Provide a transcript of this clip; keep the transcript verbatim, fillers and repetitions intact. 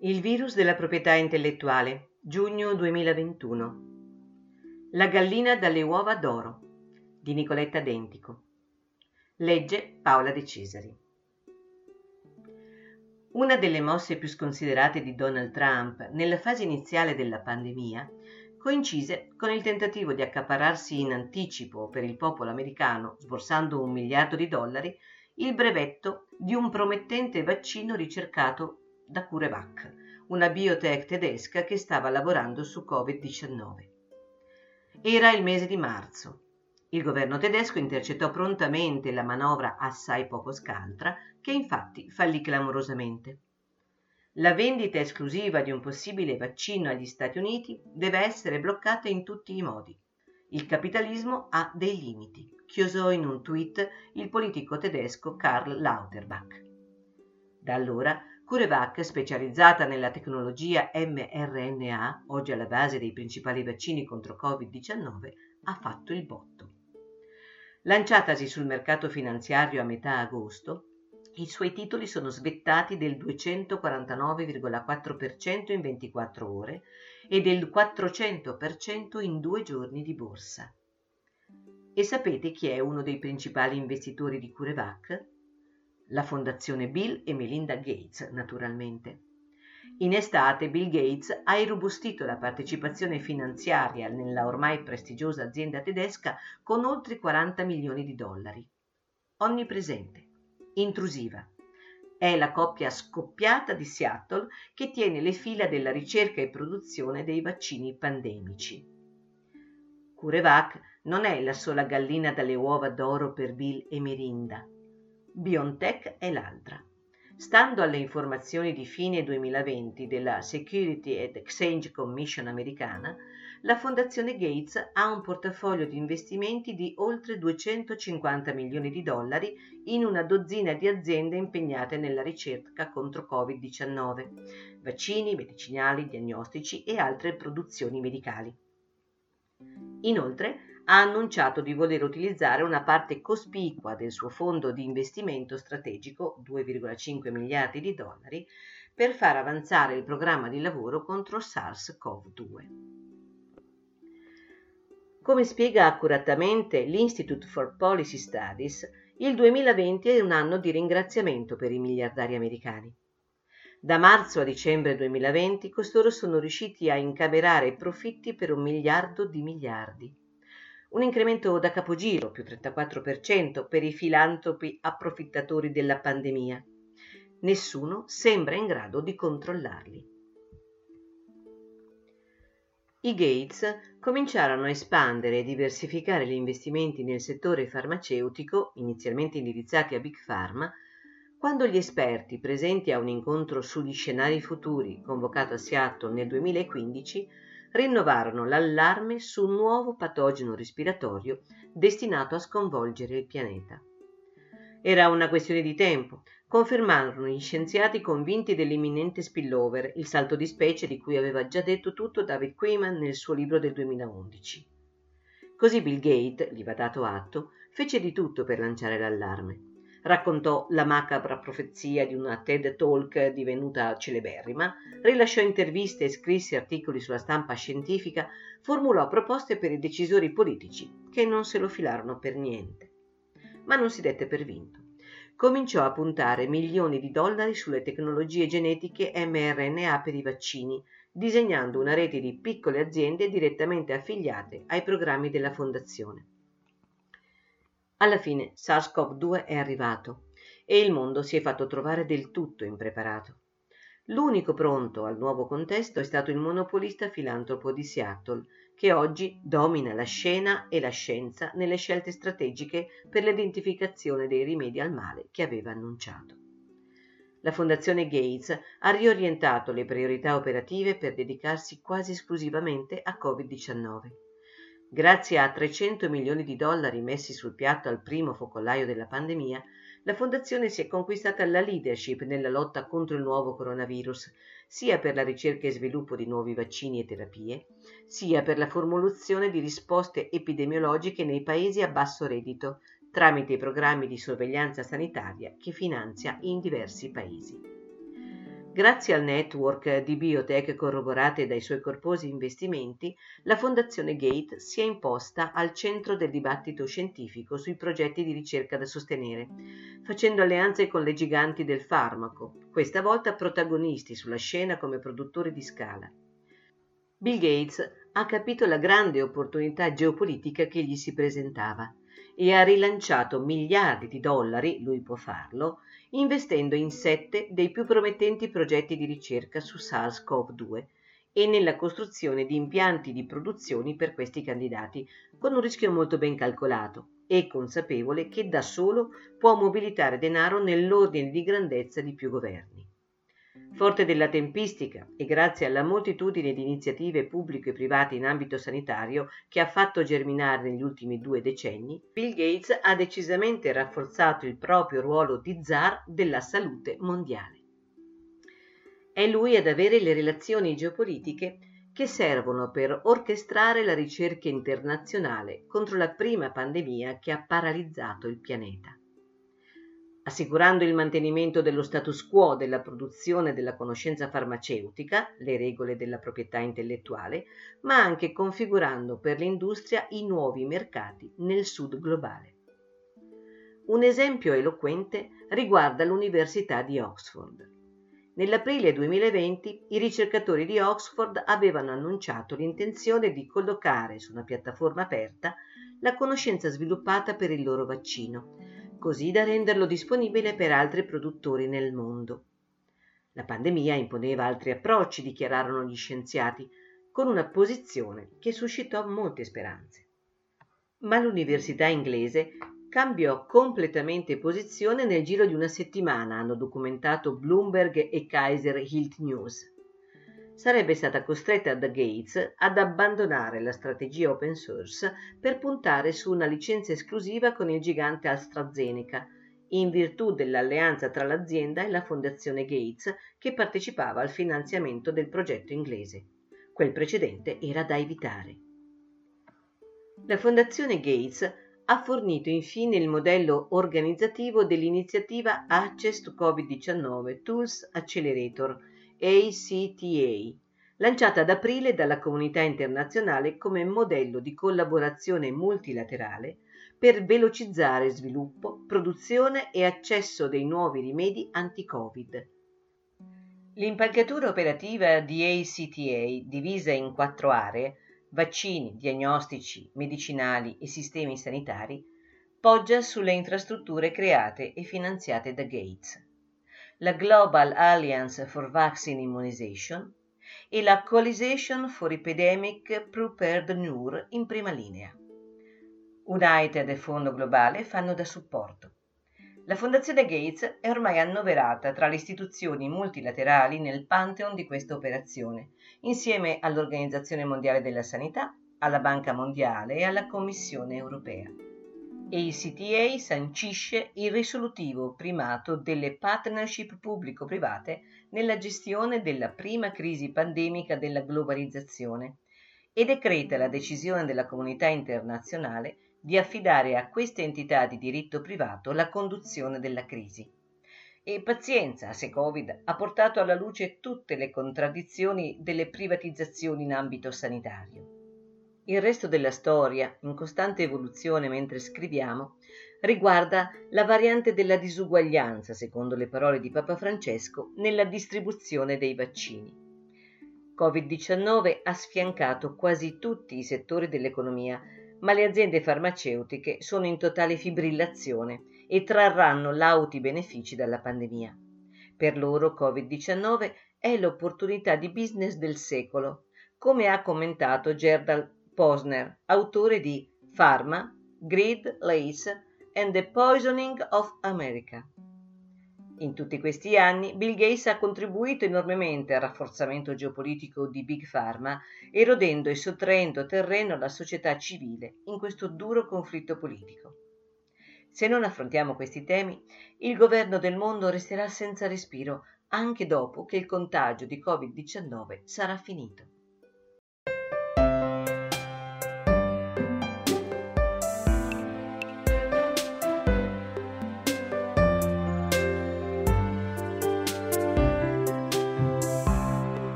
Il virus della proprietà intellettuale, giugno duemilaventuno. La gallina dalle uova d'oro di Nicoletta Dentico. Legge Paola De Cesari. Una delle mosse più sconsiderate di Donald Trump nella fase iniziale della pandemia coincise con il tentativo di accaparrarsi in anticipo per il popolo americano, sborsando un miliardo di dollari, il brevetto di un promettente vaccino ricercato da CureVac, una biotech tedesca che stava lavorando su covid diciannove. Era il mese di marzo. Il governo tedesco intercettò prontamente la manovra assai poco scaltra, che infatti fallì clamorosamente. La vendita esclusiva di un possibile vaccino agli Stati Uniti deve essere bloccata in tutti i modi. Il capitalismo ha dei limiti, chiosò in un tweet il politico tedesco Karl Lauterbach. Da allora CureVac, specializzata nella tecnologia mRNA, oggi alla base dei principali vaccini contro covid diciannove, ha fatto il botto. Lanciatasi sul mercato finanziario a metà agosto, i suoi titoli sono svettati del duecentoquarantanove virgola quattro per cento in ventiquattro ore e del quattrocento per cento in due giorni di borsa. E sapete chi è uno dei principali investitori di CureVac? La fondazione Bill e Melinda Gates, naturalmente. In estate Bill Gates ha irrobustito la partecipazione finanziaria nella ormai prestigiosa azienda tedesca con oltre quaranta milioni di dollari. Onnipresente, intrusiva. È la coppia scoppiata di Seattle che tiene le fila della ricerca e produzione dei vaccini pandemici. CureVac non è la sola gallina dalle uova d'oro per Bill e Melinda. BioNTech è l'altra. Stando alle informazioni di fine duemilaventi della Security and Exchange Commission americana, la Fondazione Gates ha un portafoglio di investimenti di oltre duecentocinquanta milioni di dollari in una dozzina di aziende impegnate nella ricerca contro covid diciannove, vaccini, medicinali, diagnostici e altre produzioni medicali. Inoltre, ha annunciato di voler utilizzare una parte cospicua del suo fondo di investimento strategico, due virgola cinque miliardi di dollari, per far avanzare il programma di lavoro contro SARS-CoV due. Come spiega accuratamente l'Institute for Policy Studies, il duemilaventi è un anno di ringraziamento per i miliardari americani. Da marzo a dicembre duemilaventi costoro sono riusciti a incamerare profitti per un miliardo di miliardi. Un incremento da capogiro, più trentaquattro per cento, per i filantropi approfittatori della pandemia. Nessuno sembra in grado di controllarli. I Gates cominciarono a espandere e diversificare gli investimenti nel settore farmaceutico, inizialmente indirizzati a Big Pharma, quando gli esperti presenti a un incontro sugli scenari futuri convocato a Seattle nel duemilaquindici rinnovarono l'allarme su un nuovo patogeno respiratorio destinato a sconvolgere il pianeta. Era una questione di tempo, confermarono gli scienziati convinti dell'imminente spillover, il salto di specie di cui aveva già detto tutto David Quammen nel suo libro del duemilaundici. Così Bill Gates, gli va dato atto, fece di tutto per lanciare l'allarme. Raccontò la macabra profezia di una TED Talk divenuta celeberrima, rilasciò interviste e scrisse articoli sulla stampa scientifica, formulò proposte per i decisori politici, che non se lo filarono per niente. Ma non si dette per vinto. Cominciò a puntare milioni di dollari sulle tecnologie genetiche mRNA per i vaccini, disegnando una rete di piccole aziende direttamente affiliate ai programmi della fondazione. Alla fine SARS-CoV due è arrivato e il mondo si è fatto trovare del tutto impreparato. L'unico pronto al nuovo contesto è stato il monopolista filantropo di Seattle, che oggi domina la scena e la scienza nelle scelte strategiche per l'identificazione dei rimedi al male che aveva annunciato. La Fondazione Gates ha riorientato le priorità operative per dedicarsi quasi esclusivamente a covid diciannove. Grazie a trecento milioni di dollari messi sul piatto al primo focolaio della pandemia, la Fondazione si è conquistata la leadership nella lotta contro il nuovo coronavirus, sia per la ricerca e sviluppo di nuovi vaccini e terapie, sia per la formulazione di risposte epidemiologiche nei paesi a basso reddito, tramite i programmi di sorveglianza sanitaria che finanzia in diversi paesi. Grazie al network di biotech corroborate dai suoi corposi investimenti, la Fondazione Gates si è imposta al centro del dibattito scientifico sui progetti di ricerca da sostenere, facendo alleanze con le giganti del farmaco, questa volta protagonisti sulla scena come produttori di scala. Bill Gates ha capito la grande opportunità geopolitica che gli si presentava e ha rilanciato miliardi di dollari, lui può farlo, investendo in sette dei più promettenti progetti di ricerca su SARS-CoV due e nella costruzione di impianti di produzione per questi candidati, con un rischio molto ben calcolato e consapevole che da solo può mobilitare denaro nell'ordine di grandezza di più governi. Forte della tempistica e grazie alla moltitudine di iniziative pubbliche e private in ambito sanitario che ha fatto germinare negli ultimi due decenni, Bill Gates ha decisamente rafforzato il proprio ruolo di zar della salute mondiale. È lui ad avere le relazioni geopolitiche che servono per orchestrare la ricerca internazionale contro la prima pandemia che ha paralizzato il pianeta, assicurando il mantenimento dello status quo della produzione della conoscenza farmaceutica, le regole della proprietà intellettuale, ma anche configurando per l'industria i nuovi mercati nel sud globale. Un esempio eloquente riguarda l'Università di Oxford. Nell'aprile duemilaventi i ricercatori di Oxford avevano annunciato l'intenzione di collocare su una piattaforma aperta la conoscenza sviluppata per il loro vaccino, così da renderlo disponibile per altri produttori nel mondo. La pandemia imponeva altri approcci, dichiararono gli scienziati, con una posizione che suscitò molte speranze. Ma l'università inglese cambiò completamente posizione nel giro di una settimana, hanno documentato Bloomberg e Kaiser Health News. Sarebbe stata costretta da Gates ad abbandonare la strategia open source per puntare su una licenza esclusiva con il gigante AstraZeneca, in virtù dell'alleanza tra l'azienda e la Fondazione Gates che partecipava al finanziamento del progetto inglese. Quel precedente era da evitare. La Fondazione Gates ha fornito infine il modello organizzativo dell'iniziativa Access to covid diciannove Tools Accelerator, A C T A, lanciata ad aprile dalla comunità internazionale come modello di collaborazione multilaterale per velocizzare sviluppo, produzione e accesso dei nuovi rimedi anti-Covid. L'impalcatura operativa di A C T A, divisa in quattro aree, vaccini, diagnostici, medicinali e sistemi sanitari, poggia sulle infrastrutture create e finanziate da Gates, la Global Alliance for Vaccine Immunization e la Coalition for Epidemic Preparedness in prima linea. United e Fondo Globale fanno da supporto. La Fondazione Gates è ormai annoverata tra le istituzioni multilaterali nel pantheon di questa operazione, insieme all'Organizzazione Mondiale della Sanità, alla Banca Mondiale e alla Commissione Europea. A C T A sancisce il risolutivo primato delle partnership pubblico-private nella gestione della prima crisi pandemica della globalizzazione e decreta la decisione della comunità internazionale di affidare a queste entità di diritto privato la conduzione della crisi. E pazienza se Covid ha portato alla luce tutte le contraddizioni delle privatizzazioni in ambito sanitario. Il resto della storia, in costante evoluzione mentre scriviamo, riguarda la variante della disuguaglianza, secondo le parole di Papa Francesco, nella distribuzione dei vaccini. covid diciannove ha sfiancato quasi tutti i settori dell'economia, ma le aziende farmaceutiche sono in totale fibrillazione e trarranno lauti benefici dalla pandemia. Per loro covid diciannove è l'opportunità di business del secolo, come ha commentato Gerald Posner, autore di Pharma, Greed, Lace and the Poisoning of America. In tutti questi anni Bill Gates ha contribuito enormemente al rafforzamento geopolitico di Big Pharma, erodendo e sottraendo terreno alla società civile in questo duro conflitto politico. Se non affrontiamo questi temi, il governo del mondo resterà senza respiro anche dopo che il contagio di covid diciannove sarà finito.